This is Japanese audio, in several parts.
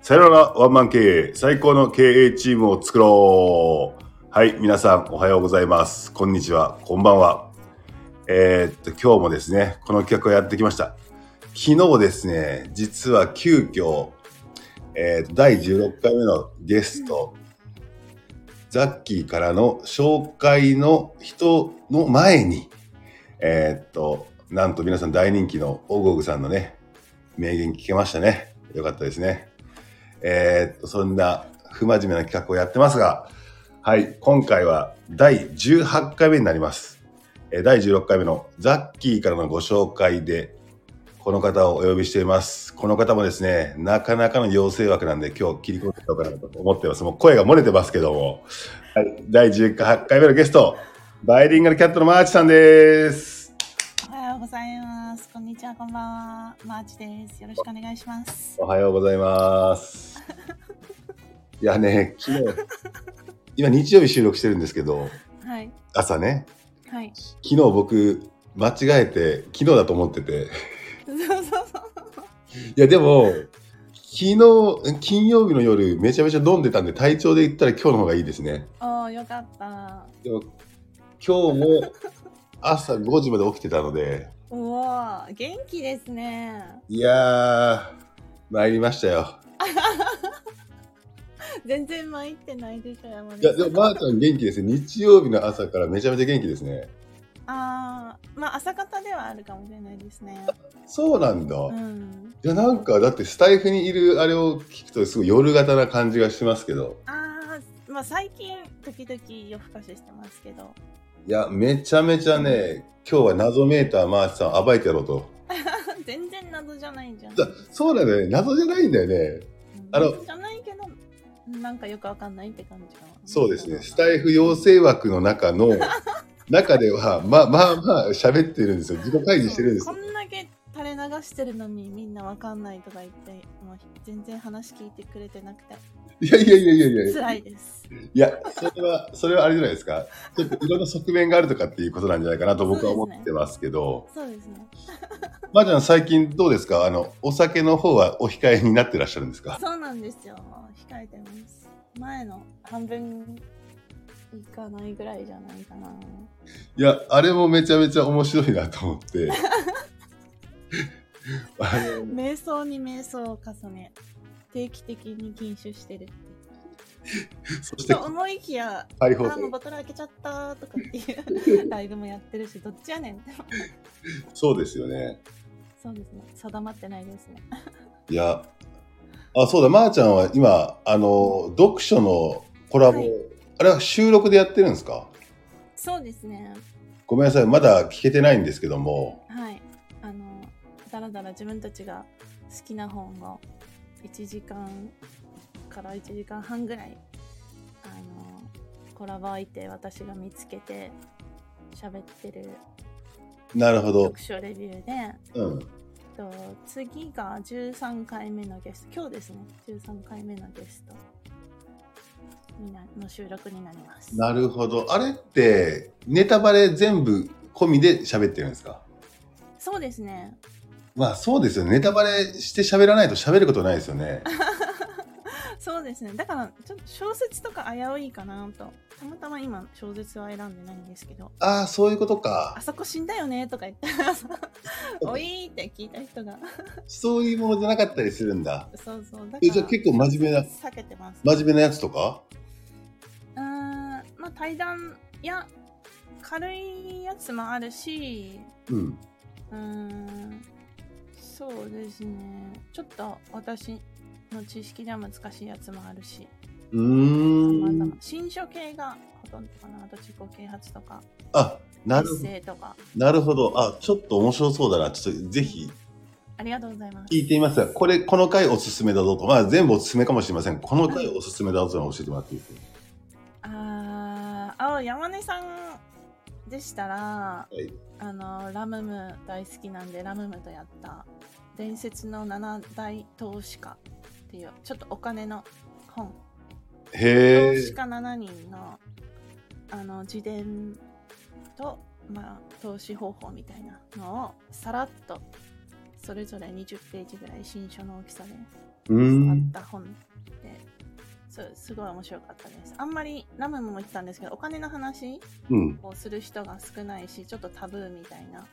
さよならワンマン経営、最高の経営チームを作ろう。はい、皆さんおはようございます。こんにちは、こんばんは。今日もですね、この企画をやってきました。昨日ですね、実は急遽、第16回目のゲスト、ザッキーからの紹介の人の前に、なんと皆さん大人気のオゴグさんのね、名言聞けましたね。よかったですね。そんな不真面目な企画をやってますが、はい、今回は第18回目になります。第16回目のザッキーからのご紹介で、この方をお呼びしています。この方もですね、なかなかの妖精枠なんで今日切り込んでいこうかなと思ってます。もう声が漏れてますけども、はい、第18回目のゲスト、バイリンガルキャットのマーチさんです。 おはようございます。こんにちは、こんばんは。マーチです。よろしくお願いします。 おはようございます。いやね、昨日、今日曜日収録してるんですけど、 はい、 朝ね、 はい。 昨日僕間違えて昨日だと思ってていやでも昨日金曜日の夜めちゃめちゃ飲んでたんで、体調で言ったら今日の方がいいですね。 おー、よかった。 でも今日も朝5時まで起きてたので、 うわー、元気ですね。 いやー参りましたよ。 全然参ってないでしょ、山根いやでもまーちゃん元気ですね。日曜日の朝からめちゃめちゃ元気ですね。 まあ朝方ではあるかもしれないですね。 そうなんだ。 うん。 いやなんかだってスタイフにいるあれを聞くとすごい夜型な感じがしますけど。 まあ最近時々夜更かししてますけど。 いやめちゃめちゃね、今日は謎メーターマーチさん暴いてやろうと。 全然謎じゃないじゃん。 そうだね、謎じゃないんだよね。 謎じゃないけど、なんかよくわかんないって感じかな。 そうですね、スタイフ養成枠の中ではまあ喋ってるんですよ。自己開示してるんですよ。 こんだけ垂れ流してるのにみんなわかんないとか言って、もう全然話聞いてくれてなくて、 いや辛いです。 いや、それはあれじゃないですか。ちょっといろんな側面があるとかっていうことなんじゃないかなと僕は思ってますけど。 そうですね。 まーちゃん最近どうですか？お酒の方はお控えになってらっしゃるんですか？ そうなんですよ。控えてます。前の半分いかないぐらいじゃないかな。 いや、あれもめちゃめちゃ面白いなと思って。 瞑想に瞑想を重ね、定期的に禁酒してる。 そしてと思いきや、もうボトル開けちゃったとかっていうライブもやってるし、どっちやねんって。 そうですよね。 そうですね。定まってないですね。 いや、そうだ、まーちゃんは今読書のコラボ、はい、あれは収録でやってるんですか？ そうですね。 ごめんなさい、まだ聞けてないんですけども。 はい。だらだら自分たちが好きな本を1時間から1時間半ぐらいコラボ相手私が見つけて喋ってる。 なるほど。 読書レビューで、 うん。 次が13回目のゲスト、今日ですね、13回目のゲストの収録になります。 なるほど。あれってネタバレ全部込みで喋ってるんですか？ そうですね。 まあそうですよね。ネタバレして喋らないと喋ることないですよね。 そうですね。だからちょっと小説とか危ういかなと。たまたま今小説は選んでないんですけど。 そういうことか。 あそこ死んだよねとか言っておいって聞いた人がそういうものじゃなかったりするんだ。 そうだからじゃあ結構真面目な避けてます、ね。 真面目なやつとか？ まあ対談や軽いやつもあるし、そうですね。ちょっと私の知識では難しいやつもあるし。新書系がほとんどかな。あと自己啓発とか。エッセイとか。 なるほど。ちょっと面白そうだな。ちょっとぜひ。 ありがとうございます。 聞いてみますが、この回おすすめだぞと。まあ全部おすすめかもしれません。この回おすすめだぞというのを教えてもらっていいですか？山根さんでしたら、はい、ラムム大好きなんで、ラムムとやった伝説の7大投資家っていうちょっとお金の本。投資家7人の自伝と、投資方法みたいなのをさらっとそれぞれ20ページぐらい新書の大きさでった本ですごい面白かったです。あんまりラムも言ってたんですけど、お金の話をする人が少ないし、ちょっとタブーみたいな、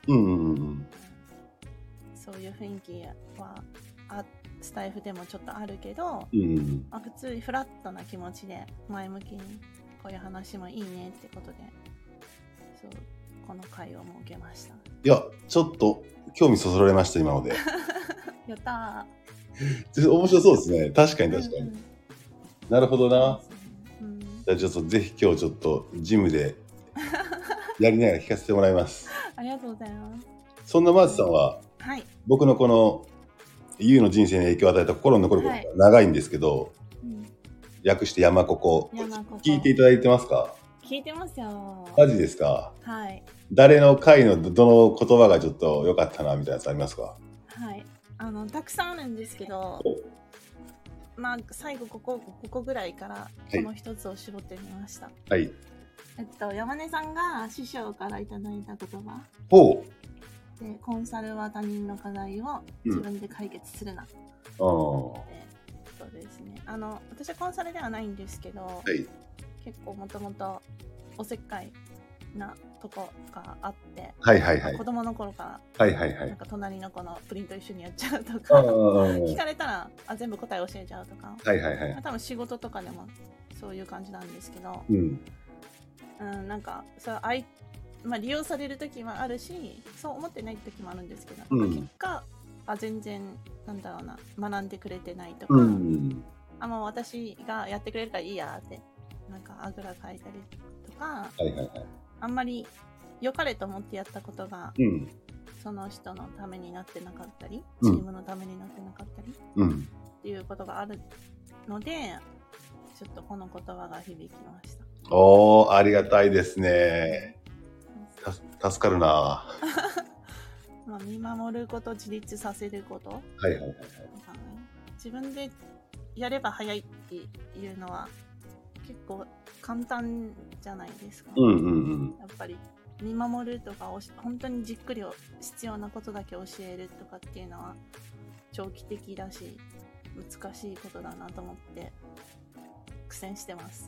そういう雰囲気はスタイフでもちょっとあるけど、まあ、普通にフラットな気持ちで前向きにこういう話もいいねってことで、そうこの回を設けました。 いや、ちょっと興味そそられました、今ので。 やったー。面白そうですね。確かに。なるほどな。じゃあちょっとぜひ今日ちょっとジムでやりながら聞かせてもらいます。 ありがとうございます。 そんなマーチさんは、僕のこのユウの人生に影響を与えた心に残ることが長いんですけど、略して山ここ。聞いていただいてますか？ 聞いてますよ。 マジですか？ はい。 誰の回のどの言葉がちょっと良かったなみたいなやつありますか？ はい。たくさんあるんですけど、まあ最後ここぐらいからこの一つを絞ってみました。 はい。 山根さんが師匠からいただいた言葉。 ほう。で、コンサルは他人の課題を自分で解決するな。そうですね。私はコンサルではないんですけど、結構もともとおせっかいなとこがあって、子供の頃から、なんか隣の子のプリント一緒にやっちゃうとか、聞かれたら全部答え教えちゃうとか、多分仕事とかでもそういう感じなんですけど、なんかまあ、利用される時もあるし、そう思ってない時もあるんですけど、結果全然なんだろうな、学んでくれてないとか、もう私がやってくれるからいいやってなんかあぐらかいたりとか、あんまり良かれと思ってやったことが、その人のためになってなかったり、チームのためになってなかったり、っていうことがあるので、ちょっとこの言葉が響きました。 ありがたいですね。助かるな。 まあ見守ること、自立させること、自分でやれば早いっていうのは結構簡単じゃないですか。やっぱり見守るとか本当にじっくり必要なことだけ教えるとかっていうのは長期的だし難しいことだなと思って苦戦してます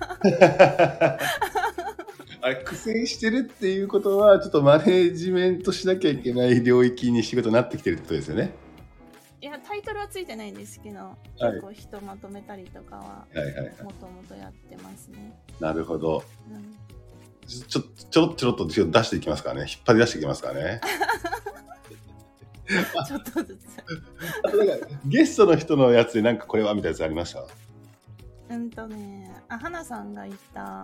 苦戦してるっていうことはちょっとマネージメントしなきゃいけない領域に仕事になってきてるってことですよね。 いや、タイトルはついてないんですけど、結構人まとめたりとかはもともとやってますね。 なるほど、ちょろっと出していきますからね。引っ張り出していきますからねちょっとずつあとなんかゲストの人のやつでなんかこれはみたいなやつありました？ 花さんが言った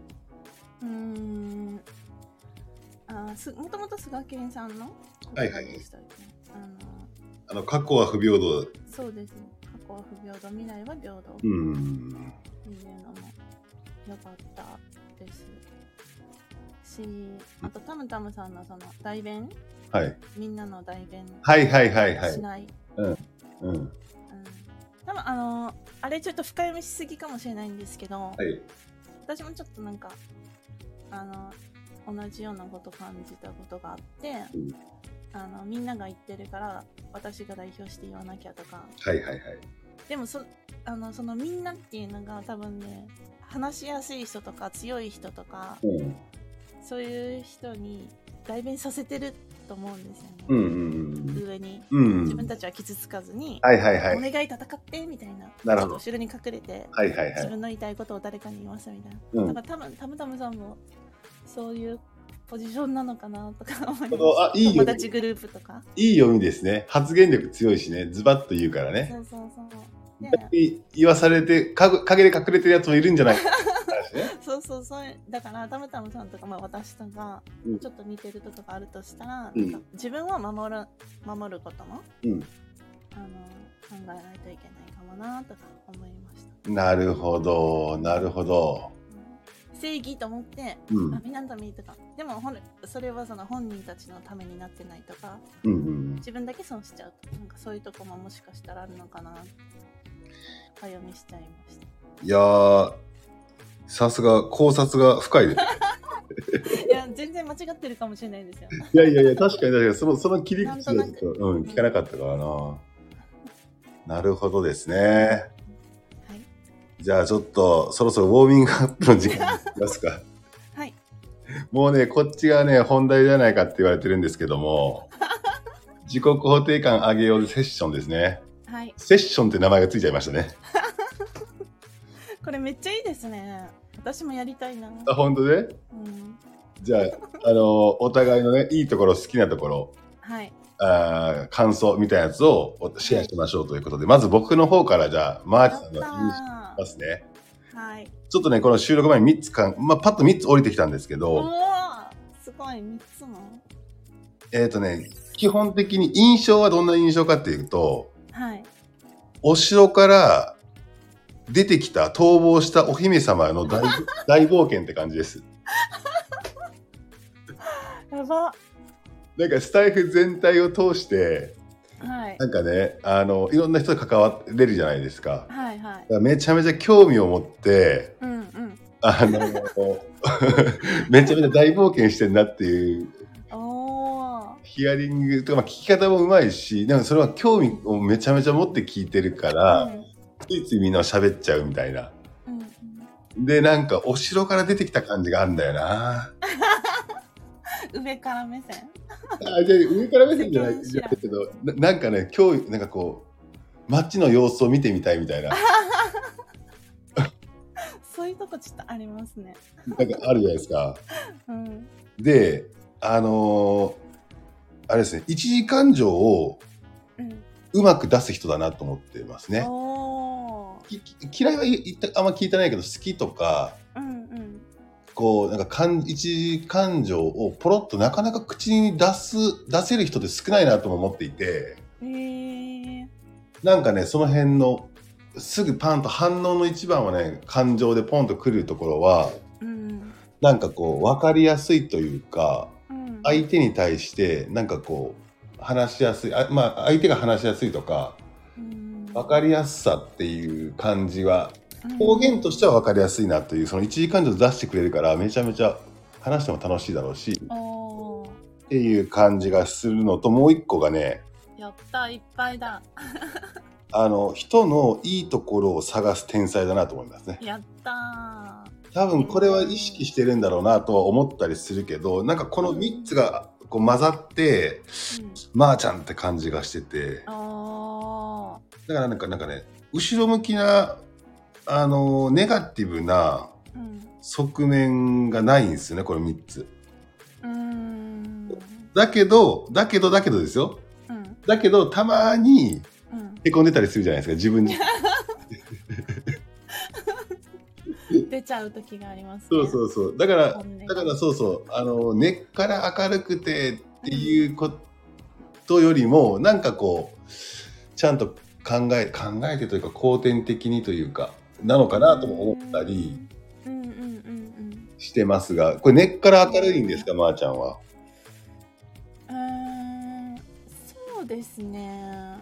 もともと菅健さんの言葉でしたよね。 過去は不平等。 そうですね。過去は不平等、未来は平等っていうのも良かったですし、あとタムタムさんのその代弁、みんなの代弁しない。多分あれちょっと深読みしすぎかもしれないんですけど、私もちょっとなんか同じようなこと感じたことがあって、みんなが言ってるから私が代表して言わなきゃとか、でもそのみんなっていうのが多分ね、話しやすい人とか強い人とか、そういう人に代弁させてると思うんですよね。上に、自分たちは傷つかずに、お願い戦ってみたいな、ちょっと後ろに隠れて、自分の言いたいことを誰かに言わせみたいな、だから多分タムタムさんもそういうポジションなのかなとか思います。友達グループとかいい読みですね。発言力強いしね、ズバッと言うからね。言わされて陰で隠れてるやつもいるんじゃないかそうだからタムタムさんとか、私とかちょっと似てるとこがあるとしたら、自分を守ることも、考えないといけないかもなとか思いました。 なるほど。 正義と思って、みんなのためにとか、でもそれはその本人たちのためになってないとか、自分だけ損しちゃうとか、なんかそういうとこももしかしたらあるのかな、深読みしちゃいました。 いやー、さすが考察が深いですいや、全然間違ってるかもしれないですよ。 いや確かにその切り口だと聞かなかったからな。 なるほどですね。 はい。 じゃあちょっとそろそろウォーミングアップの時間に行きますか。 はい。 もうね、こっちがね、本題じゃないかって言われてるんですけども、自己肯定感上げようセッションですね。 はい。 セッションって名前がついちゃいましたね。 これめっちゃいいですね。私もやりたいな。 あ、本当で、 うん。 じゃあ、お互いのね、いいところ、好きなところ、 はい。 感想みたいなやつをシェアしましょうということで、まず僕の方からじゃあ、マーチさんの印象しますね。 はい。 ちょっとね、この収録前に3つパッと3つ降りてきたんですけど、 おー、すごい、3つも。 基本的に印象はどんな印象かっていうと、 はい。 お城から出てきた逃亡したお姫様の大冒険って感じです。 やば。 なんかスタイフ全体を通して、 はい。 なんかね、いろんな人と関われるじゃないですか。 はいはい。 だからめちゃめちゃ興味を持って、 うんうん。 めちゃめちゃ大冒険してんなっていうおー。 ヒアリングとか、聞き方もうまいし、でもそれは興味をめちゃめちゃ持って聞いてるから、ついついみんな喋っちゃうみたいな。で、なんかお城から出てきた感じがあるんだよな。 上から目線。 じゃあ上から目線じゃないけど、なんかね、今日なんかこう街の様子を見てみたいみたいな。 そういうとこちょっとありますね。 なんかあるじゃないですか。 うん、 で、あれですね、一時感情をうまく出す人だなと思ってますね。嫌いはあんま聞いてないけど、好きとか、こうなんか一時感情をポロッとなかなか口に出せる人って少ないなとも思っていて、なんかね、その辺のすぐパンと反応の一番はね、感情でポンとくるところは、なんかこう分かりやすいというか、相手に対してなんかこう話しやすい、相手が話しやすいとか、分かりやすさっていう感じは方言としては分かりやすいなという、その一時感情出してくれるからめちゃめちゃ話しても楽しいだろうしっていう感じがするのと、もう一個がね、 やったいっぱいだ。 人のいいところを探す天才だなと思いますね。 やったー。多分これは意識してるんだろうなとは思ったりするけど、なんかこの3つがこう混ざって、まーちゃんって感じがしてて、だからなんかね、後ろ向きなネガティブな側面がないんですよね、この3つ。だけどですよ。だけどたまにへこんでたりするじゃないですか、自分に。 出ちゃう時があります、ね。 そう。だからそう、根っから明るくてっていうことよりも、なんかこうちゃんと考えてというか、後天的にというかなのかなとも思ったりしてますが、これ根っから明るいんですか、まーちゃんは。 そうですね。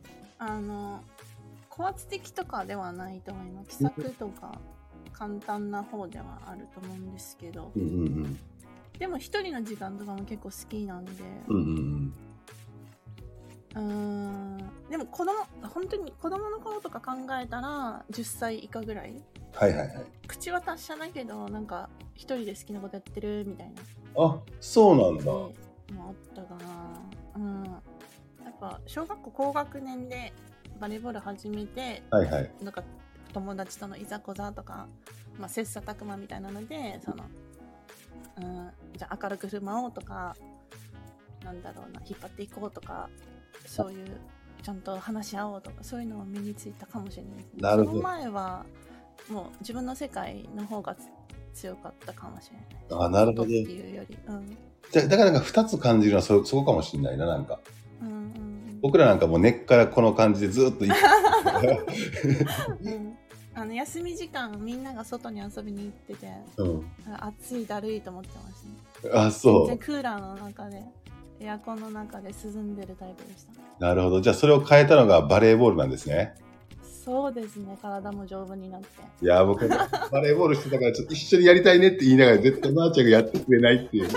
高圧的とかではないと思います。気さくとか簡単な方ではあると思うんですけど、でも一人の時間とかも結構好きなんで、でも本当に子供の頃とか考えたら10歳以下ぐらい。口は達者だけど、なんか一人で好きなことやってるみたいな。 あ、そうなんだ。 もあったかな。やっぱ小学校高学年でバレーボール始めて、なんか友達とのいざこざとか、切磋琢磨みたいなので、じゃあ明るく振る舞おうとか、なんだろうな、引っ張っていこうとか、そういうちゃんと話し合おうとか、そういうのが身についたかもしれないですね。その前はもう自分の世界の方が強かったかもしれない。 なるほど。 っていうより、 だからなんか2つ感じるのはそこかもしれないな。なんか、僕らなんかもう根っからこの感じでずっと休み時間みんなが外に遊びに行ってて、暑いだるいと思ってましたね。 あ、そう。 全然クーラーの中で、エアコンの中で涼んでるタイプでした。 なるほど。じゃあそれを変えたのがバレーボールなんですね。 そうですね。体も丈夫になって。 いや、僕バレーボールしてたから、ちょっと一緒にやりたいねって言いながら絶対まーちゃんがやってくれないっていう。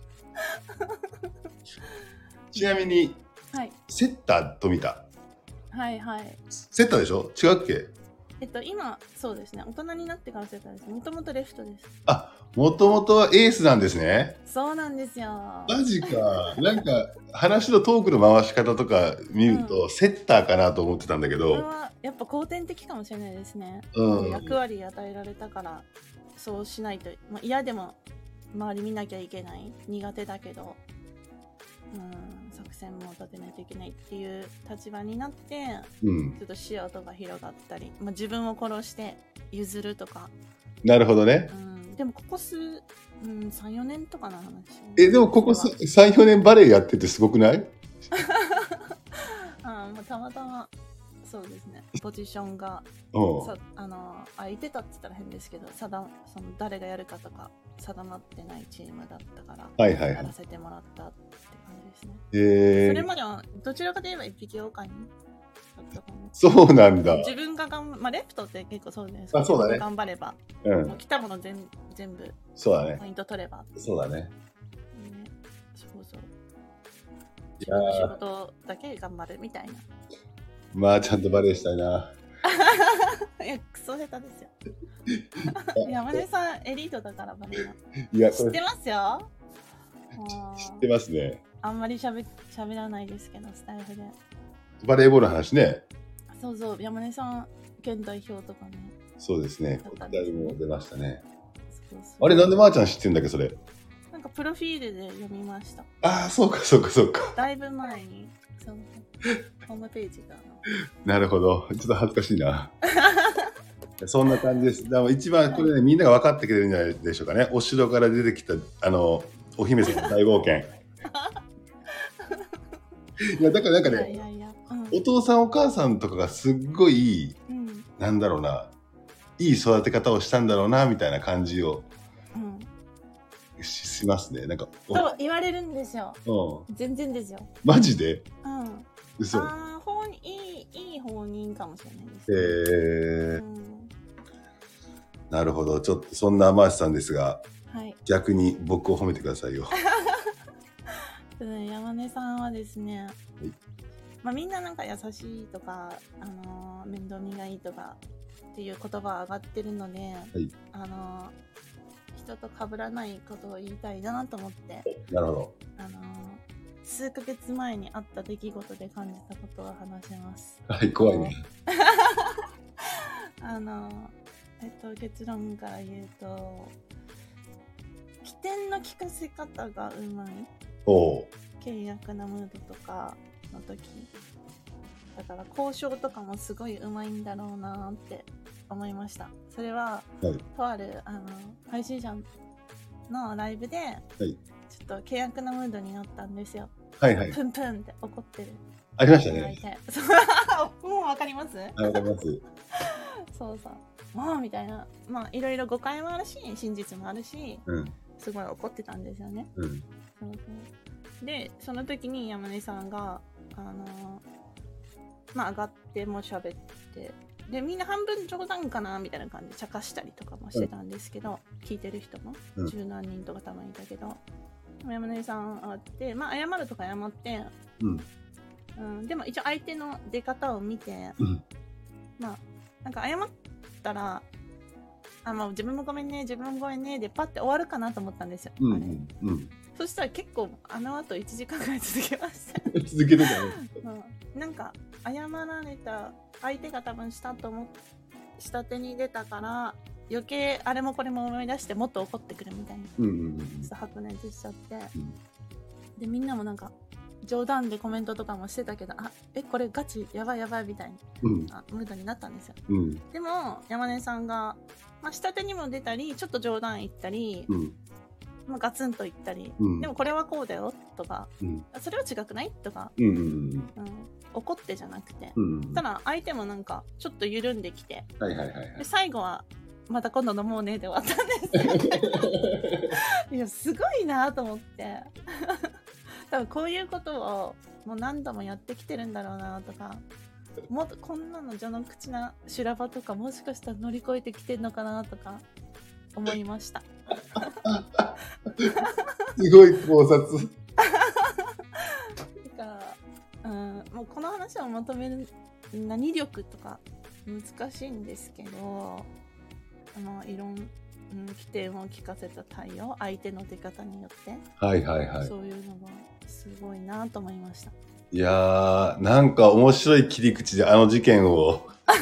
ちなみに、セッターと見た。 はいはい。 セッターでしょ？違うっけ？ 今、そうですね。大人になってからセッターです。もともとレフトです。 あ、もともとはエースなんですね。 そうなんですよ。 マジか。なんか、話のトークの回し方とか見ると、セッターかなと思ってたんだけど。 これはやっぱ後天的かもしれないですね。役割与えられたから、そうしないと、嫌でも周り見なきゃいけない。苦手だけど、作戦も立てないといけないっていう立場になって、ちょっと視野とか広がったり、自分を殺して譲るとか。 なるほどね。 でもここ3、4年とかの話。 でもここ3、4年バレエやっててすごくない？ たまたまそうですね。ポジションが空いてたって言ったら変ですけど、その誰がやるかとか定まってないチームだったから、やらせてもらったって感じですね。それまではどちらかといえば一匹狼だったかも。 そうなんだ。 自分がレフトって結構そうじゃないですか。 そうだね。 頑張れば、もう来たもの全部そうだね。 ポイント取れば。 そうだね。 そうそう。自分の仕事だけ頑張るみたいな。 まあちゃんとバレエしたいな。 いや、クソ下手ですよ。山根さんエリートだからバレエの。 いや、 知ってますよ。 知ってますね。 あんまり喋らないですけど、スタイフで。 バレーボールの話ね。 そうそう、山根さん県代表とかね。 そうですね。国体も出ましたね。 そうあれなんでまーちゃん知ってんだっけそれ。 なんかプロフィールで読みました。 ああ、そうかそうかそうか。 だいぶ前にホームページが。 なるほど。ちょっと恥ずかしいな。そんな感じです。だから一番これね、みんなが分かってくれるんじゃないでしょうかね。お城から出てきたお姫様の大冒険。いやだからなんかね、お父さんお母さんとかがすっごい、なんだろうな、いい育て方をしたんだろうなみたいな感じを、しますね。なんかそう言われるんですよ。全然ですよ。 マジで？ 嘘。いい放任かもしれないです。 なるほど。ちょっとそんなマーシさんですが、逆に僕を褒めてくださいよ。 山根さんはですね、みんななんか優しいとか、面倒見がいいとかっていう言葉上がってるので、人と被らないことを言いたいなと思って。 なるほど。 数ヶ月前にあった出来事で感じたことを話します。 はい、怖いね。 結論から言うと、起点の利かせ方がうまい。険悪なムードとかの時だから交渉とかもすごいうまいんだろうなって思いました。それは、とある配信者のライブで、ちょっと険悪なムードになったんですよ。プンプンって怒ってる。 ありましたね。 もうわかります？ わかります。 そうそう。みたいな、いろいろ誤解もあるし、真実もあるし、すごい怒ってたんですよね。で、その時に山根さんが上がっても喋って、でみんな半分冗談かなみたいな感じで茶化したりとかもしてたんですけど、聞いてる人も十何人とかたまにいたけど、山根さんあって、謝るとか謝って、でも一応相手の出方を見て、なんか謝ったら自分もごめんね自分もごめんねでパッて終わるかなと思ったんですよ。そしたら結構あの後1時間ぐらい続けました。 続けてたね。 なんか謝られた相手が多分下手に出たから余計あれもこれも思い出してもっと怒ってくるみたいな、ちょっと白熱しちゃって、でみんなもなんか冗談でコメントとかもしてたけど、これガチやばいやばいみたいな、ムードになったんですよ。でも山根さんが、下手にも出たりちょっと冗談言ったり、ガツンと言ったり、でもこれはこうだよとか、それは違くないとか、怒ってじゃなくて、ただ相手もなんかちょっと緩んできて、で最後はまた今度飲もうねで終わったんですよ。いやすごいなと思って多分こういうことをもう何度もやってきてるんだろうなとか、もっとこんなの序の口な修羅場とかもしかしたら乗り越えてきてんのかなとか思いました。 すごい考察。 だから、もうこの話をまとめる何力とか難しいんですけど、いろんな起点を聞かせた対応、相手の出方によって、 はいはいはい。 そういうのがすごいなと思いました。 いやー、なんか面白い切り口であの事件を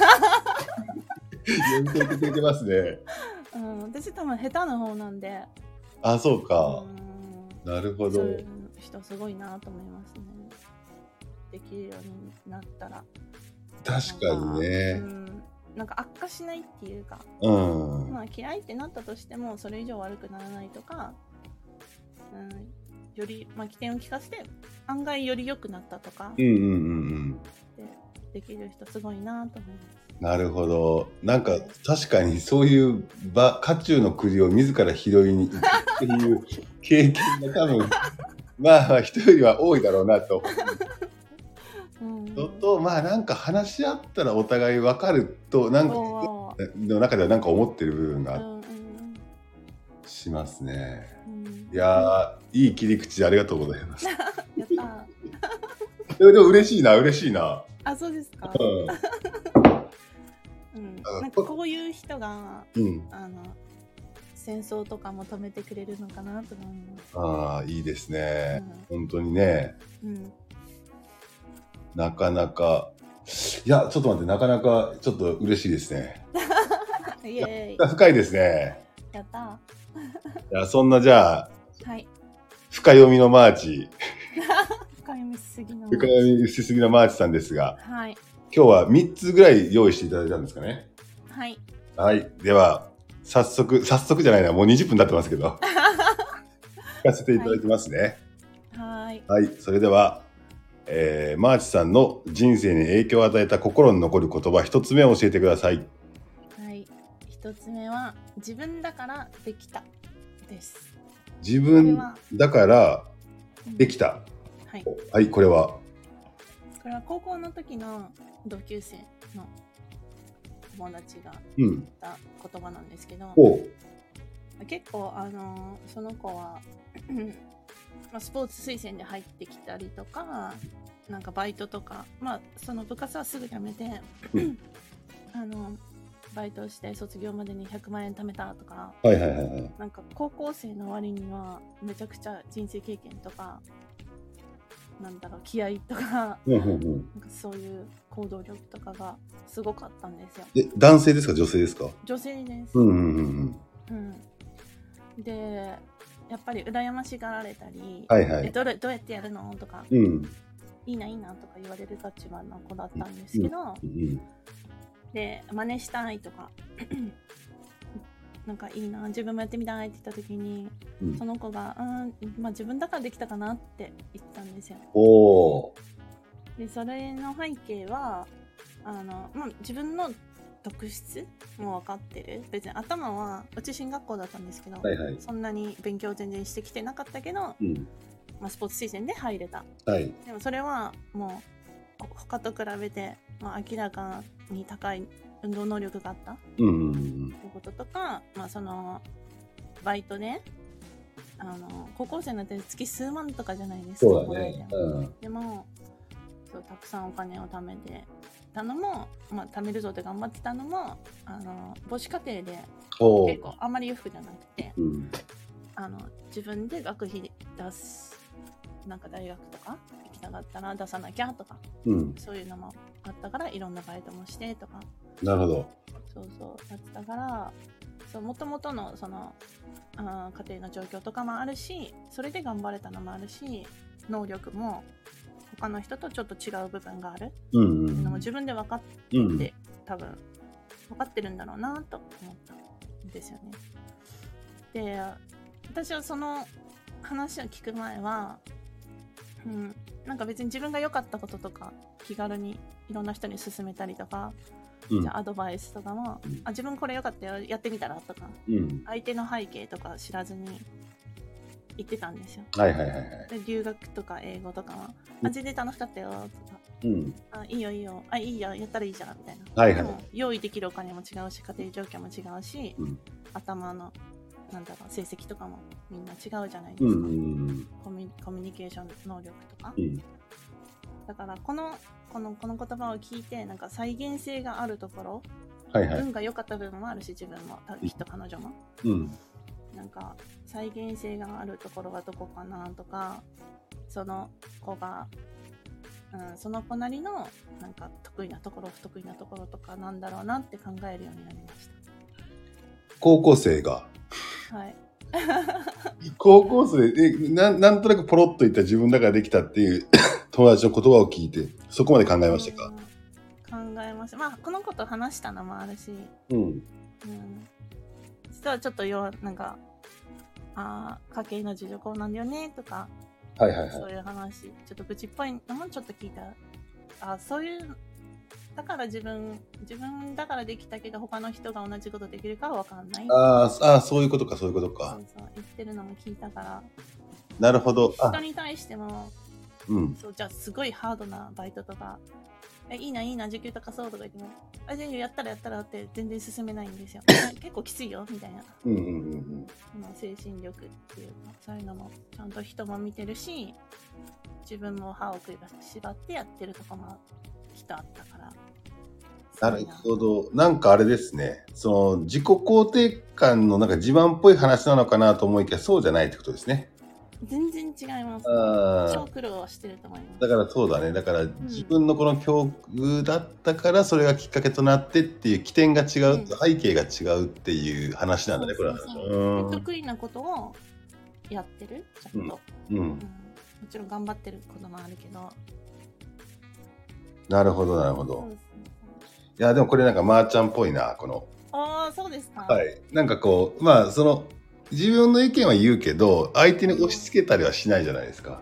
読み解いてくれてますね。 私多分下手な方なんで。 あ、そうか。なるほど。 そういう人すごいなと思いますね。できるようになったら。 確かにね。 なんか悪化しないっていうか、まあ嫌いってなったとしてもそれ以上悪くならないとか、より起点を聞かせて案外より良くなったとか、できる人すごいなと思います。 なるほど。なんか確かにそういう渦中の栗を自ら拾いに行くっていう経験が多分まあ人よりは多いだろうなと。まあなんか話し合ったらお互い分かるとなんかの中ではなんか思ってる部分がしますね。いやー、いい切り口ありがとうございます。やったー。でも嬉しいな。 あ、そうですか。なんかこういう人が、戦争とかも止めてくれるのかなと思います。 ああ、いいですね。本当にね。なかなか、いや、ちょっと待って、なかなかちょっと嬉しいですね。 イエーイ。 深いですね。 やった。 いや、そんなじゃあ、 はい、 深読みのマーチ。 深読みしすぎのマーチさんですが、 はい、 今日は3つぐらい用意していただいたんですかね。 はい。 はい。では、早速じゃないな、もう20分経ってますけど。聞かせていただきますね。 はい。 はい。それでは、マーチさんの人生に影響を与えた心に残る言葉、1つ目を教えてください。 はい。1つ目は、自分だからできたです。 自分だからできた。 はい。 はい、これは高校の時の同級生の友達が言った言葉なんですけど、結構その子はスポーツ推薦で入ってきたりとか、なんかバイトとか、その部活はすぐ辞めてバイトして卒業までに100万円貯めたとか、なんか高校生の割にはめちゃくちゃ人生経験とか、なんだろう、気合とか、なんかそういう行動力とかがすごかったんですよ。 男性ですか、女性ですか？ 女性です。で、やっぱり羨ましがられたり、どうやってやるのとか、いいなとか言われる立場の子だったんですけど、で真似したいとかなんかいいな、自分もやってみたいって言った時に、その子が自分だからできたかなって言ったんですよ。でそれの背景は自分の特質も分かってる。別に頭はうち進学校だったんですけど、そんなに勉強全然してきてなかったけど、スポーツ推薦で入れた。でもそれはもう他と比べて、明らかに高い運動能力があったっていうこととか、そのバイトで高校生になって月数万とかじゃないですか。そうだね。でもそうたくさんお金を貯めてたのも、貯めるぞって頑張ってたのも母子家庭で結構あんまり裕福じゃなくて、自分で学費出す、なんか大学とか行きたかったら出さなきゃとか、そういうのもあったから、いろんなバイトもしてとか。 なるほど。 そうやってたから、もともとのその家庭の状況とかもあるし、それで頑張れたのもあるし、能力も他の人とちょっと違う部分があるっていうのも自分で分かってて、多分分かってるんだろうなと思ったんですよね。で、私はその話を聞く前は、なんか別に自分が良かったこととか気軽にいろんな人に勧めたりとか、じゃあアドバイスとかも、自分これ良かったよ、やってみたらとか、相手の背景とか知らずに言ってたんですよ。で留学とか英語とかは、全然楽しかったよとか、いいよいいよ、やったらいいじゃんみたいな。でも用意できるお金も違うし、家庭状況も違うし、頭の成績とかもみんな違うじゃないですか。コミュニケーション能力とか、 だからこの言葉を聞いてなんか再現性があるところ、 はいはい。 運が良かった部分もあるし、自分もきっと彼女も、 うん。 なんか再現性があるところはどこかなとか、その子が、その子なりのなんか得意なところ不得意なところとかなんだろうなって考えるようになりまし高校生が。 た。はい。 高校生でなんとなくポロッと言った自分だからできたっていう友達の言葉を聞いて、そこまで考えましたか？ 考えました。まあこの子と話したのもあるし、実はちょっとなんか家計の事情こうなんだよねとか、 はいはいはい、 そういう話、ちょっと愚痴っぽいのもちょっと聞いた。そういうだから自分だからできたけど他の人が同じことできるかは分かんない。 そういうことか。そう言ってるのも聞いたから。 なるほど。 人に対しても、そうじゃあすごいハードなバイトとか、いいな時給高そうとか言っても、じゃあやったらって全然進めないんですよ。結構きついよみたいな。精神力っていうか、そういうのもちゃんと人も見てるし、自分も歯を縛ってやってるとこもきっとあったから。 なるほど。なんかあれですね。その自己肯定感のなんか自慢っぽい話なのかなと思いきや、そうじゃないってことですね。 全然違います。超苦労はしてると思います。 だからそうだね。だから自分のこの境遇だったからそれがきっかけとなってっていう起点が違う、背景が違うっていう話なんだね、これは。 得意なことをやってる、ちゃんと。もちろん頑張ってることもあるけど。 なるほど。いやでもこれなんかまーちゃんっぽいな、この。 そうですか。 はい。なんかこうその自分の意見は言うけど相手に押し付けたりはしないじゃないですか。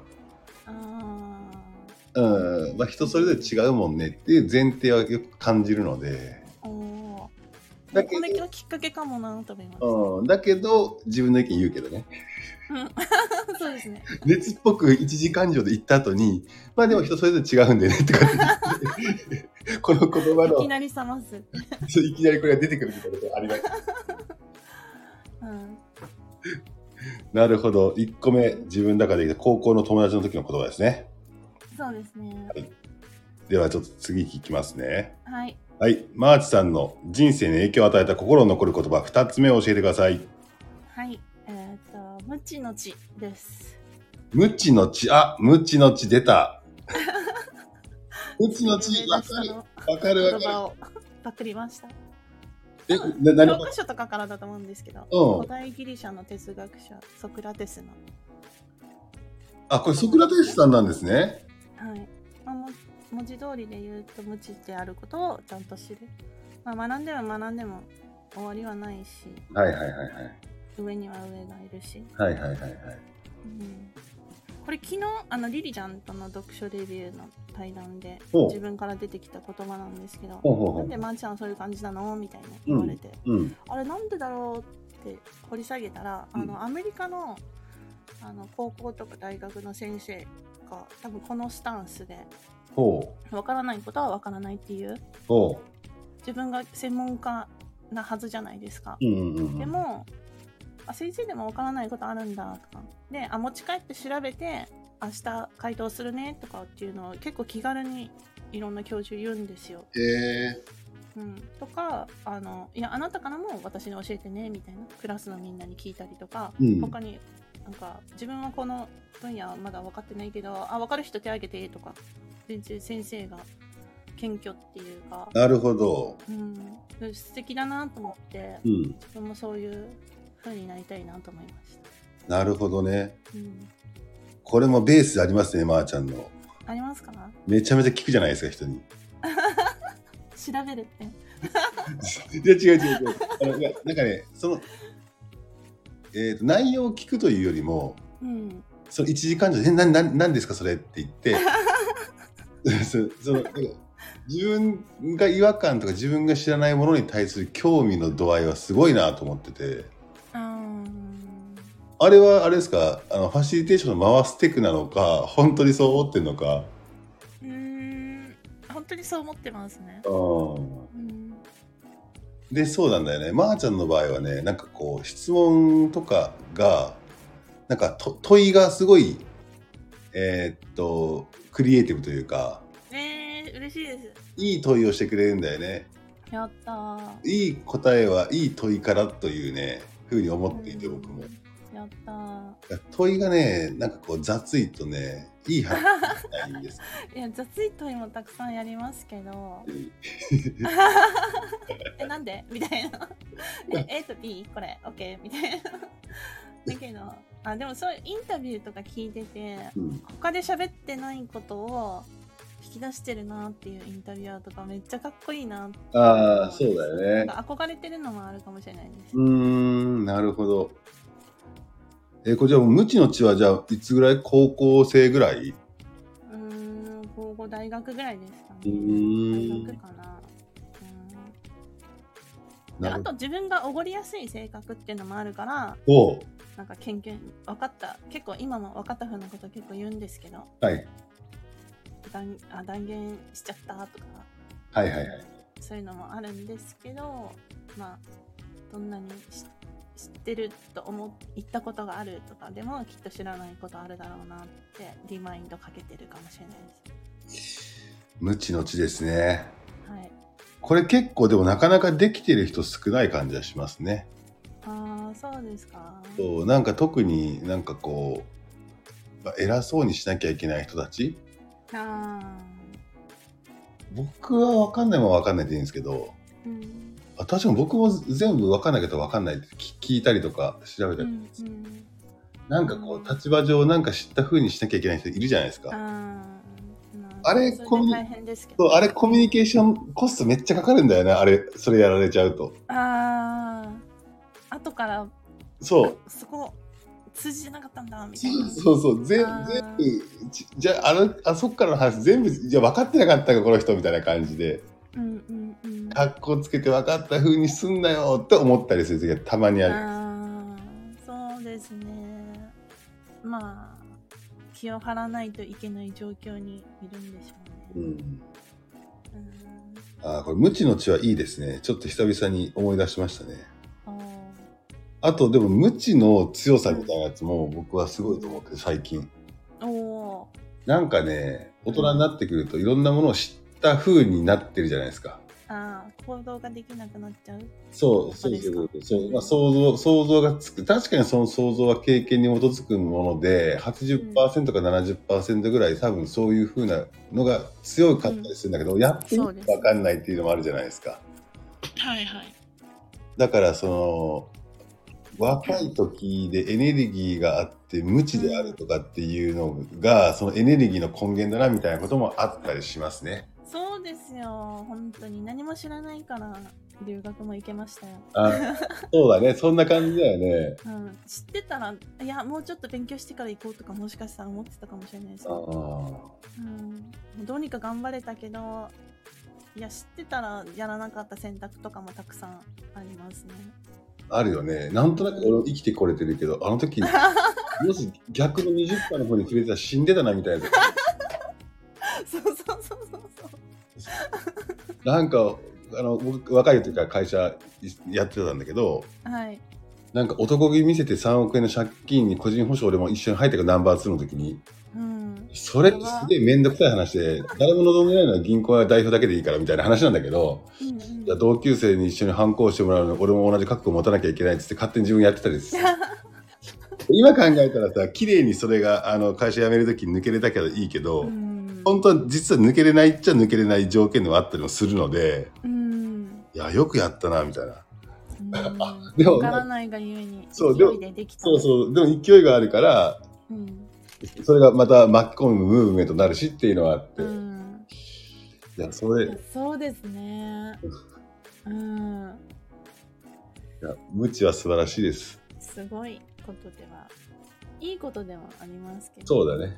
人それぞれ違うもんねっていう前提はよく感じるので。 だけどこれがきっかけかもなと思います。 だけど自分の意見言うけどね。 そうですね。 熱っぽく1時間以上で言った後に、まあでも人それぞれ違うんでねとかこの言葉のいきなり冷ますいきなりこれが出てくるみたいなことありがとう。なるほど。1個目、自分の中で高校の友達の時の言葉ですね。 そうですね。 はい、ではちょっと次いきますね。 はい。 はい。マーチさんの人生に影響を与えた心に残る言葉2つ目を教えてください。 はい。無知の知です。 無知の知、無知の知出た。無知の知、わかる。 パクりました。 教科書とかからだと思うんですけど、古代ギリシャの哲学者ソクラテスの。 これソクラテスさんなんですね。 はい。文字通りで言うと無知であることをちゃんと知る。学んでも終わりはないし。上には上がいるし。これ昨日リリちゃんとの読書レビューの対談で自分から出てきた言葉なんですけど、なんでマーチさんはそういう感じなのみたいな言われて、あれなんでだろうって掘り下げたら、アメリカの高校とか大学の先生が多分このスタンスでわからないことはわからないっていう、自分が専門家なはずじゃないですか。でも先生でもわからないことあるんだとかで、持ち帰って調べて明日回答するねとかっていうのを結構気軽にいろんな教授言うんですよ。とかいやあなたからも私に教えてねみたいな、クラスのみんなに聞いたりとか、他になんか自分はこの分野はまだ分かってないけど分かる人手挙げてとか、全然先生が謙虚っていうか。 なるほど。 素敵だなと思って、自分もそういう風になりたいなと思いました。 なるほどね。これもベースありますね、まーちゃんの。 ありますか？ めちゃめちゃ聞くじゃないですか、人に。 調べるって。 いや違う。なんかね、その内容を聞くというよりも、その1時間以上で何ですかそれって言って自分が違和感とか自分が知らないものに対する興味の度合いはすごいなと思ってて、あれはあれですか、ファシリテーションの回すテクなのか本当にそう思ってるのか。 本当にそう思ってますね。 でそうなんだよね。まーちゃんの場合はね、なんかこう質問とかがなんか問いがすごいクリエイティブというか、 嬉しいです。 いい問いをしてくれるんだよね。 やったー。 いい答えはいい問いからというね、ふうに思っていて、僕も。 やったー。 問いがね、なんかこう雑いとね、いい話じゃないんです。 いや、雑い問いもたくさんやりますけど。なんでみたいな。A と B これ OK みたいな。だけど、でもそういうインタビューとか聞いてて、他で喋ってないことを引き出してるなっていうインタビュアーとかめっちゃかっこいいなって。 ああ、そうだよね。 なんか憧れてるのもあるかもしれないです。 なるほど。これじゃあ無知の知はじゃあいつぐらい？高校生ぐらい？ 高校大学ぐらいですかね。大学かな。あと自分がおごりやすい性格っていうのもあるから、なんか分かった、結構今も分かった風なこと結構言うんですけど、 はい、 断言しちゃったとか、 はいはいはい、 そういうのもあるんですけど、まあどんなに知ってると言ったことがあるとかでもきっと知らないことあるだろうなってリマインドかけてるかもしれないです。 無知の知ですね。 はい。 これ結構でもなかなかできてる人少ない感じはしますね。 そうですか。 そうなんか特になんかこう偉そうにしなきゃいけない人たち。僕は分かんないもん分かんないでいいんですけど、確かに僕も全部分かんないけど分かんないって聞いたりとか調べたり、なんかこう立場上なんか知った風にしなきゃいけない人いるじゃないですか。あれコミュニケーションコストめっちゃかかるんだよね。それやられちゃうと。 後からそこ通じてなかったんだみたいな。 そう全部じゃあそっからの話全部じゃ分かってなかったかこの人みたいな感じで、かっこつけて分かった風にすんなよって思ったりする時がたまにある。 そうですね。まあ気を張らないといけない状況にいるんでしょうね。 これ無知の知はいいですね。ちょっと久々に思い出しましたね。あとでも無知の強さみたいなやつも僕はすごいと思って最近。なんかね、大人になってくるといろんなものを知った風になってるじゃないですか。 行動ができなくなっちゃう。 そう、想像がつく。確かにその想像は経験に基づくもので 80% か 70% ぐらい多分そういう風なのが強かったりするんだけど、やってみて分かんないっていうのもあるじゃないですか。 はいはい。 だから若い時でエネルギーがあって無知であるとかっていうのが、そのエネルギーの根源だなみたいなこともあったりしますね。 そうですよ。本当に何も知らないから留学も行けましたよ。 そうだね。そんな感じだよね。 知ってたらいやもうちょっと勉強してから行こうとかもしかしたら思ってたかもしれないですけど、どうにか頑張れたけど、いや知ってたらやらなかった選択とかもたくさんありますね。あるよね。なんとなく俺生きてこれてるけど、あの時にもし逆の 20% の方に触れてたら死んでたなみたいな。 そうなんか僕若い時から会社やってたんだけど、なんか男気見せて3億円の借金に個人保証でも一緒に入ったかナンバー2の時に、それってすげえめんどくさい話で、誰も望んでないのは銀行は代表だけでいいからみたいな話なんだけど、じゃあ同級生に一緒に反抗してもらうのに俺も同じ覚悟を持たなきゃいけないっつって勝手に自分やってたりする。今考えたらさ、綺麗にそれが会社辞める時に抜けれたけどいいけど、本当は実は抜けれないっちゃ抜けれない条件でもあったりもするので、いやよくやったなみたいな。 でも分からないがゆえに勢いでできた。 でも勢いがあるから、それがまた巻き込むムーブメントになるしっていうのはあって、いやそうですね。 いや無知は素晴らしいです。 すごいことではいいことでもありますけど。 そうだね。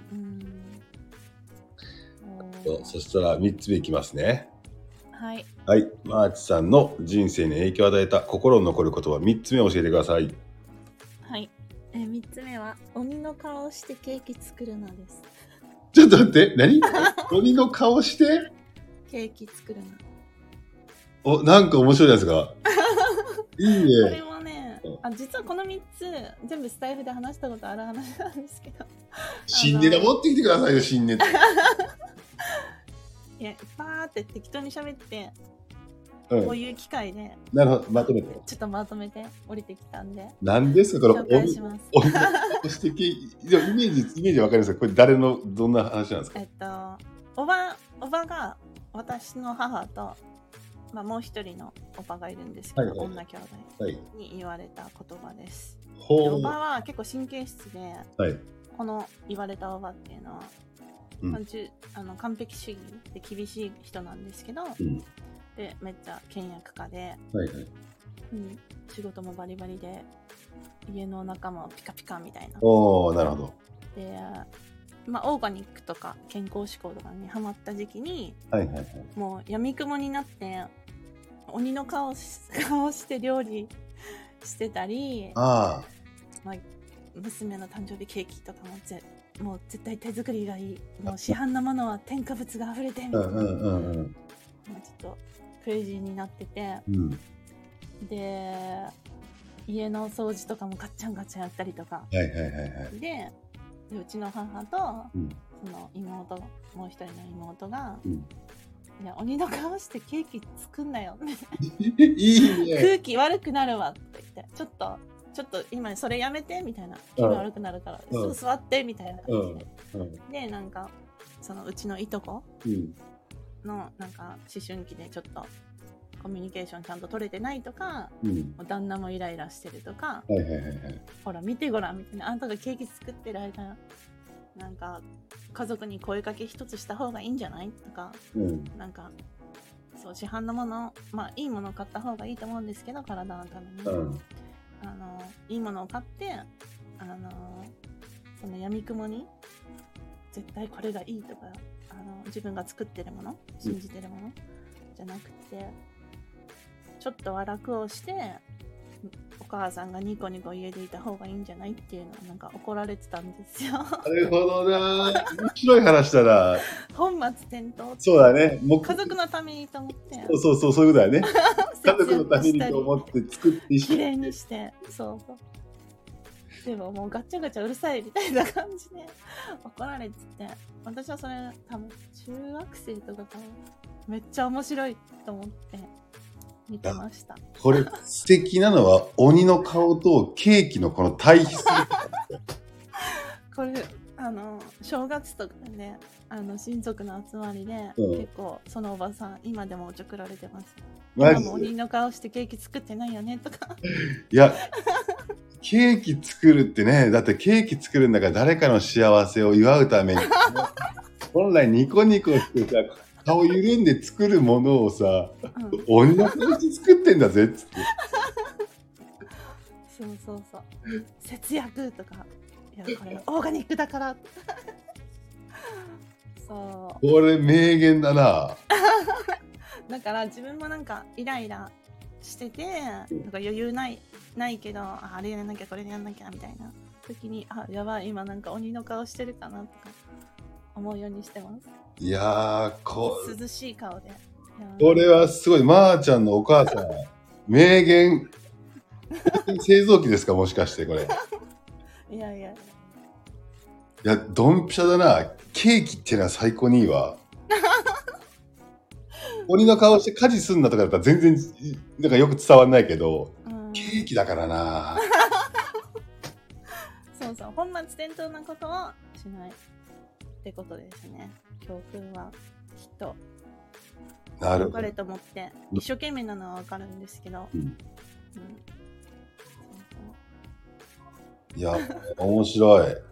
そしたら3つ目いきますね。はい、マーチさんの人生に影響を与えた心に残る言葉3つ目教えてください。 はい、3つ目は鬼の顔してケーキ作るのです。 ちょっと待って、何？鬼の顔してケーキ作るの。 なんか面白いやつがいいね。 これもね実はこの3つ全部スタイフで話したことある話なんですけど、 新ネタ持ってきてくださいよ、新ネタ。 いやバーって適当に喋って、 うん、 こういう機会でなるほど、まとめてちょっとまとめて降りてきたんで、 何ですかこの紹介します。 そしてイメージわかりますか？これ誰のどんな話なんですか？ おばが私の母と、まあ、もう一人のおばがいるんですけど、はいはい、女兄弟に言われた言葉です。はい、でおばは結構神経質で、はい、この言われたおばっていうのは、完璧主義で厳しい人なんですけど、でめっちゃ倹約家で、はいはい、仕事もバリバリで家の中もピカピカみたいな。 おー、なるほど。 でオーガニックとか健康志向とかにハマった時期に、はいはいはい、もう闇雲になって鬼の顔して料理してたり、娘の誕生日ケーキとかもう絶対手作りがいい、もう市販のものは添加物が溢れてみたいな、ちょっとクレイジーになってて、で家の掃除とかもガッチャンガッチャンやったりとか、でうちの母と、その妹、もう一人の妹が、いや鬼の顔してケーキ作んなよいいね、空気悪くなるわって言って、ちょっと今それやめてみたいな、気分悪くなるから、すぐ座ってみたいな感じで、でなんかそのうちのいとこのなんか思春期でちょっとコミュニケーションちゃんと取れてないとか、旦那もイライラしてるとか、ほら見てごらんみたいな、あんたがケーキ作ってる間なんか家族に声かけ一つした方がいいんじゃないとか、なんかそう市販のもの、いいものを買った方がいいと思うんですけど、体のために、いいものを買ってその闇雲に絶対これがいいとか、自分が作ってるもの、信じてるものじゃなくて、ちょっとは楽をしてお母さんがニコニコ家でいた方がいいんじゃないっていうのをなんか怒られてたんですよ。 なるほどな、面白い話だな。 本末転倒。 そうだね、 家族のためにと思って。 そういうことだよね。家族のためにと思って作ってきれいにして、そうでももうガッチャガチャうるさいみたいな感じで怒られてて、私はそれ多分中学生とかからめっちゃ面白いと思って見てました。 これ素敵なのは鬼の顔とケーキのこの対比するこれ正月とかね、親族の集まりで、結構そのおばさん今でもおちょくられてます。今も鬼の顔してケーキ作ってないよねとかいやケーキ作るってね、だってケーキ作るんだから誰かの幸せを祝うために本来ニコニコしてさ顔緩んで作るものをさ、鬼の形作ってんだぜっつってそう節約とか、いやこれオーガニックだからそうこれ名言だなだから自分もなんかイライラしてて、なんか余裕ないけど、あれやんなきゃこれやんなきゃみたいな時に、やばい今なんか鬼の顔してるかなとか思うようにしてます。 いやー涼しい顔で、 これはすごい。まーちゃんのお母さん名言製造機ですか、もしかしてこれいやドンピシャだな。ケーキっていうのは最高にいいわ鬼の顔して家事すんなとかだったら全然なんかよく伝わんないけど、ケーキだからなそう本末転倒なことをしないってことですね。教訓はきっとなるほど。 分かれと思って一生懸命なのは分かるんですけど、 いや面白い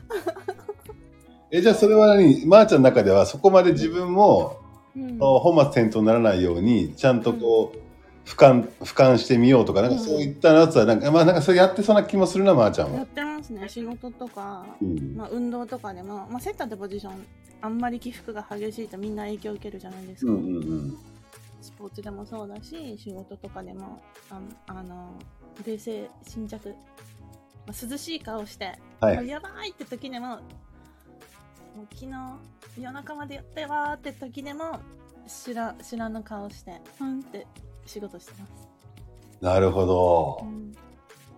じゃあそれはまーちゃんの中ではそこまで自分も、本末転倒にならないようにちゃんとこう、俯瞰してみようとか、なんかそういったやつはなんかそれやってそうな気もするな。まーちゃんはやってますね。仕事とか、運動とかでも、セッターってポジションあんまり起伏が激しいとみんな影響を受けるじゃないですか。スポーツでもそうだし、仕事とかでも冷静沈着、涼しい顔して、やばいって時でも昨日夜中までやってわーって時でも知らぬ顔してって仕事してます。 なるほど、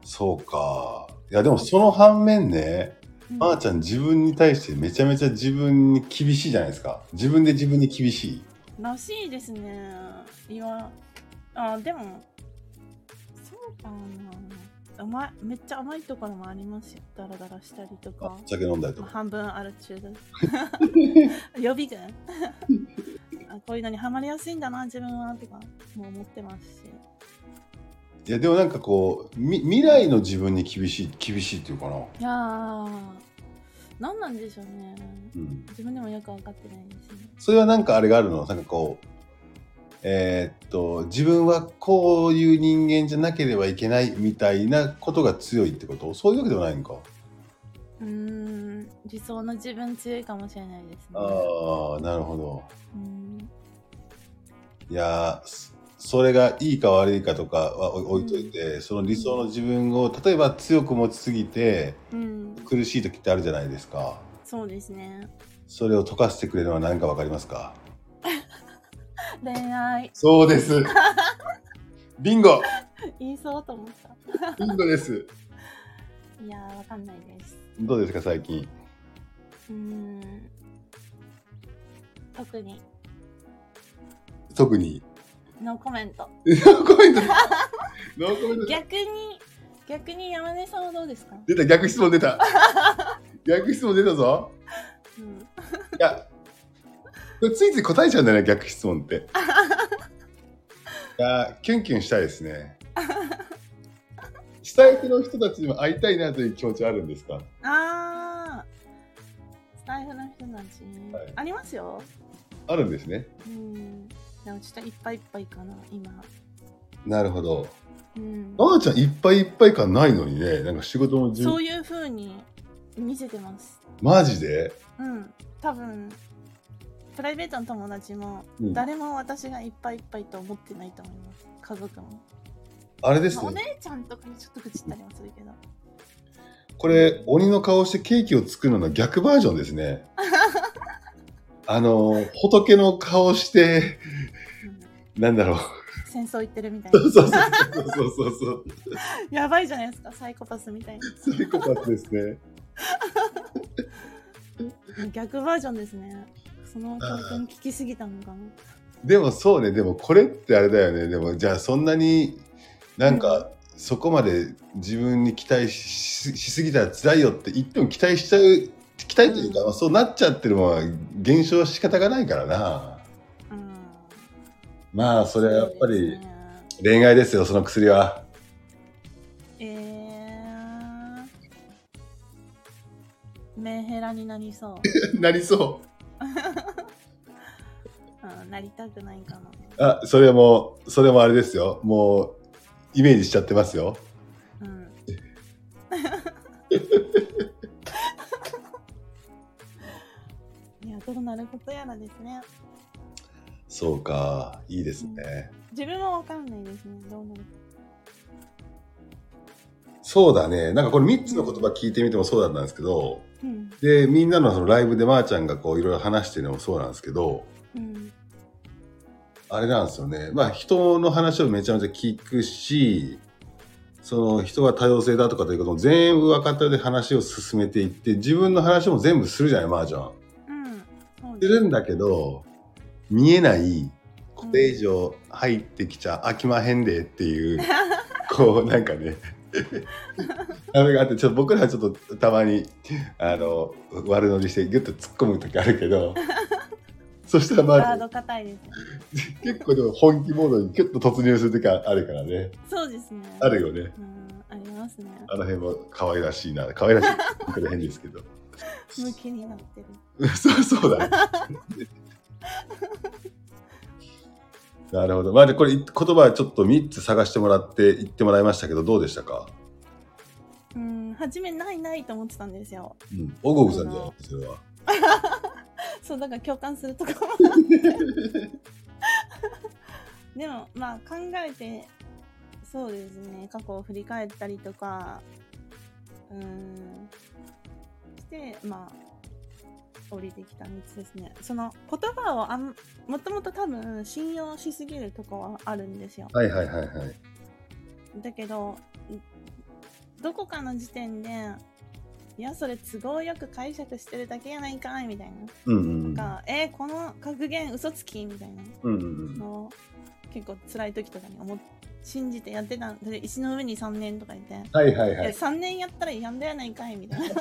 そうか。いやでもその反面ね、まーちゃん自分に対してめちゃめちゃ自分に厳しいじゃないですか。自分で自分に厳しい。 らしいですね。でもそうかな。めっちゃ甘いところもありますよ。ダラダラしたりとか。 酒飲んだりとか。 半分アル中で。予備軍こういうのにハマりやすいんだな自分はとかも思ってますし。 いやでもなんかこう未来の自分に厳しいっていうかな。いやー、何なんでしょうね、自分でもよく分かってないですね。 それはなんかあれがあるの？なんかこう自分はこういう人間じゃなければいけないみたいなことが強いってこと？そういうわけではないのか。 理想の自分強いかもしれないですね。 ああ、なるほど。いやそれがいいか悪いかとかは置いといて、その理想の自分を例えば強く持ちすぎて、苦しい時ってあるじゃないですか。 そうですね。 それを解かせてくれるのは何か分かりますか？ 恋愛。 そうです。ビンゴ。 言いそうと思った。 ビンゴです。 いやー、わかんないです。 どうですか最近？特にノーコメント。 ノーコメント。ノーコメント。 逆に山根さんはどうですか？ 出た、逆質問出た。逆質問出たぞ。いや、ついつい答えちゃうんだよね、逆質問って。いや、キュンキュンしたいですね。スタイフの人たちにも会いたいなという気持ちはあるんですか？ スタイフの人たち、ありますよ。 あるんですね。 でもちょっといっぱいいっぱいかな今。 なるほど。あーちゃんいっぱいいっぱい感ないのにね、なんか仕事もそういう風に見せてます。 マジで？ 多分プライベートの友達も、誰も私がいっぱいいっぱいと思ってないと思います。家族も。 あれですね。 お姉ちゃんとかにちょっと愚痴ったりもするけど。 これ鬼の顔してケーキを作るのの逆バージョンですね。仏の顔して、なんだろう。 戦争行ってるみたいな。 そう。 やばいじゃないですか、サイコパスみたいな。 サイコパスですね。 逆バージョンですね。その教訓聞きすぎたのかな。 でもそうね、でもこれってあれだよね。でもじゃあそんなになんか、そこまで自分に期待 しすぎたら辛いよって言っても期待というか、そうなっちゃってるものは現象は仕方がないからな。まあそれはやっぱり恋愛ですよ、その薬は。 メンヘラになりそう。 なりそう。 なりたくないかな。それもあれですよ。もうイメージしちゃってますよ。 いや、どうなることやらですね。 そうか、いいですね。 自分もわかんないですね。どうなるか。 そうだね。なんかこれ3つの言葉聞いてみてもそうだったんですけど、でみんなのそのライブでまーちゃんがこういろいろ話してるのもそうなんですけど、あれなんですよね。まあ人の話をめちゃめちゃ聞くし、その人が多様性だとかということも全部分かったで話を進めていって、自分の話も全部するじゃない、まーちゃん。するんだけど、見えないこれ以上入ってきちゃ飽きまへんでっていう、こうなんかねあれがあって、ちょっと僕らはちょっとたまに悪乗りしてギュッと突っ込む時あるけどそしたらまあ結構でも本気モードにギュッと突入する時あるからね。そうですね。あるよね。 ありますね。 あの辺も可愛らしいな。可愛らしいってこれ変ですけど。 向きになってる。 そうだね。なるほど。まあでこれ言葉はちょっと3つ探してもらって言ってもらいましたけど、どうでしたか？ 初めないと思ってたんですよ。 オゴグさんじゃないそれは。 そうだから共感するところでもまあ考えて、そうですね、過去を振り返ったりとかしてまあ降りてきた道ですね。その言葉をもともと多分信用しすぎるとこはあるんですよ。 はい。 だけどどこかの時点で、いやそれ都合よく解釈してるだけやないかいみたいな、 うんうんうん、 とかこの格言嘘つきみたいなの、結構辛い時とかに信じてやってたんで、石の上に3年とか言って、 はいはいはい、 3年やったらやんだやないかいみたいなと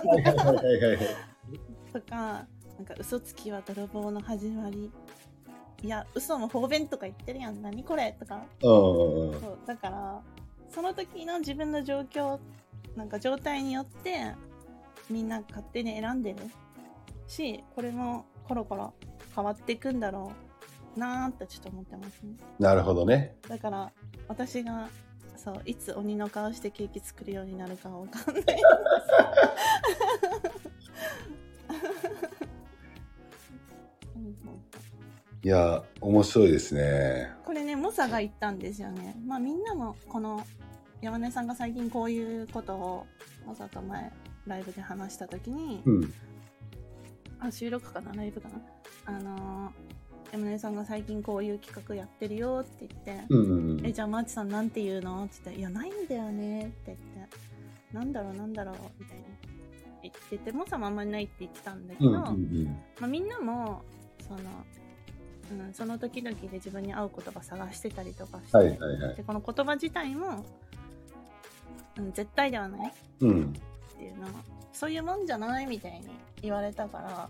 か、なんか嘘つきは泥棒の始まり、いや嘘も方便とか言ってるやん、何これとか、そうだからその時の自分の状況、なんか状態によってみんな勝手に選んでるし、これもコロコロ変わっていくんだろうなーってちょっと思ってますね。 なるほどね。 だから私がそういつ鬼の顔してケーキ作るようになるかわかんないいや面白いですね。 これね、モサが言ったんですよね。まあみんなもこの山根さんが最近こういうことをモサと前ライブで話した時に、収録かなライブかな、山根さんが最近こういう企画やってるよって言って、じゃあマーチさんなんて言うのって言って、いやないんだよねって言って、なんだろうみたいな言ってて、モサもあんまりないって言ってたんだけど、まあ、みんなもその時々で自分に合う言葉探してたりとかして、でこの言葉自体も、絶対ではない、っていうのはそういうもんじゃないみたいに言われたから、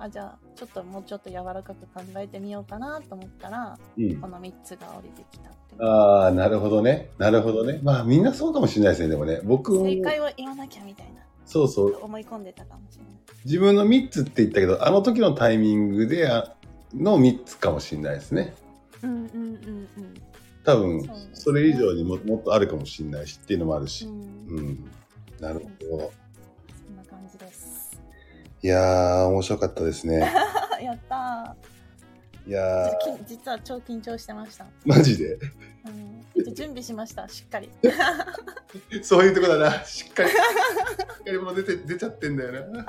じゃあもうちょっと柔らかく考えてみようかなと思ったら、この3つが降りてきたっていう。 ああ、なるほどね。なるほどね。まあみんなそうかもしれないですね。でもね、僕正解を言わなきゃみたいな、 そう思い込んでたかもしれない。 自分の3つって言ったけど、あの時のタイミングでの3つかもしれないですね。多分それ以上にもっとあるかもしれないしっていうのもあるし、なるほど。 そんな感じです。 いやー面白かったですね。 やったー。いやー実は超緊張してました。 マジで？ 準備しました、しっかり。 そういうとこだな、しっかりもう出ちゃってんだよな。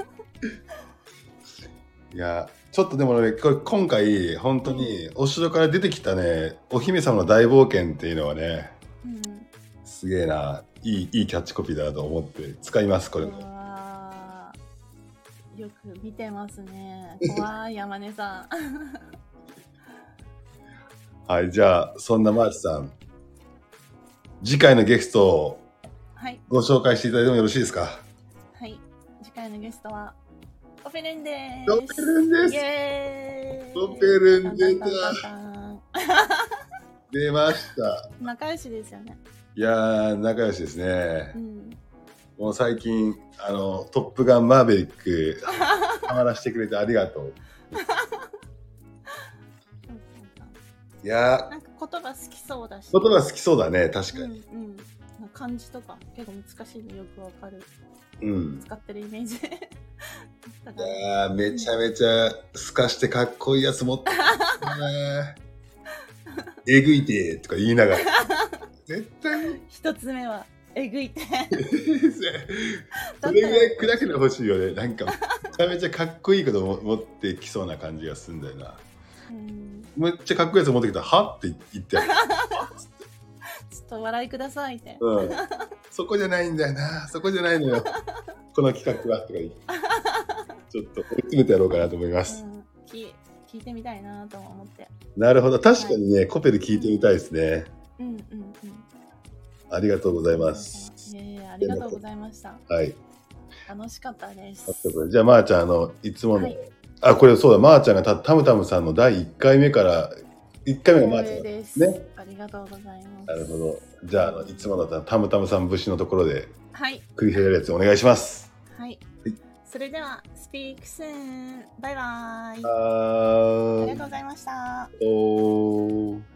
いやちょっとでもね、これ今回本当にお城から出てきたね、お姫様の大冒険っていうのはね、すげえな、いいキャッチコピーだなと思って使います。これもよく見てますね。怖い山根さん。 はい、じゃあそんなマーチさん、次回のゲストをご紹介していただいてもよろしいですか？ はい、次回のゲストはオペレンです。 オペレンです。イエーイ。オペレン出た。出ました。 仲良しですよね。 いやー仲良しですね。もう最近トップガンマーベリックハマらせてくれてありがとう。いやなんか言葉好きそうだし。 言葉好きそうだね、確かに。 漢字とか結構難しいのよくわかる。使ってるイメージ。 いやーめちゃめちゃ透かしてかっこいいやつ持ってるね。えぐいてとか言いながら絶対一つ目はえぐいてそれぐらい砕けてほしいよね。なんかめちゃめちゃかっこいいこと持ってきそうな感じがするんだよな。めっちゃかっこいいやつ持ってきたらはって言ってちょっと笑いくださいって、 そこじゃないんだよな、そこじゃないのよこの企画はとか言ってちょっと追い詰めてやろうかなと思います。 聞いてみたいなと思って。 なるほど、確かにね、コペル聞いてみたいですね。ありがとうございます。 ありがとうございました。 はい。 楽しかったです。 じゃあまーちゃんいつもの、これそうだ、まーちゃんがタムタムさんの第1回目から1回目がまーちゃんですね。 ありがとうございます。 なるほど。じゃあいつもだったらタムタムさん節のところで繰り広げるやつお願いします。 はい。それではスピークスーン、バイバイ。ありがとうございました。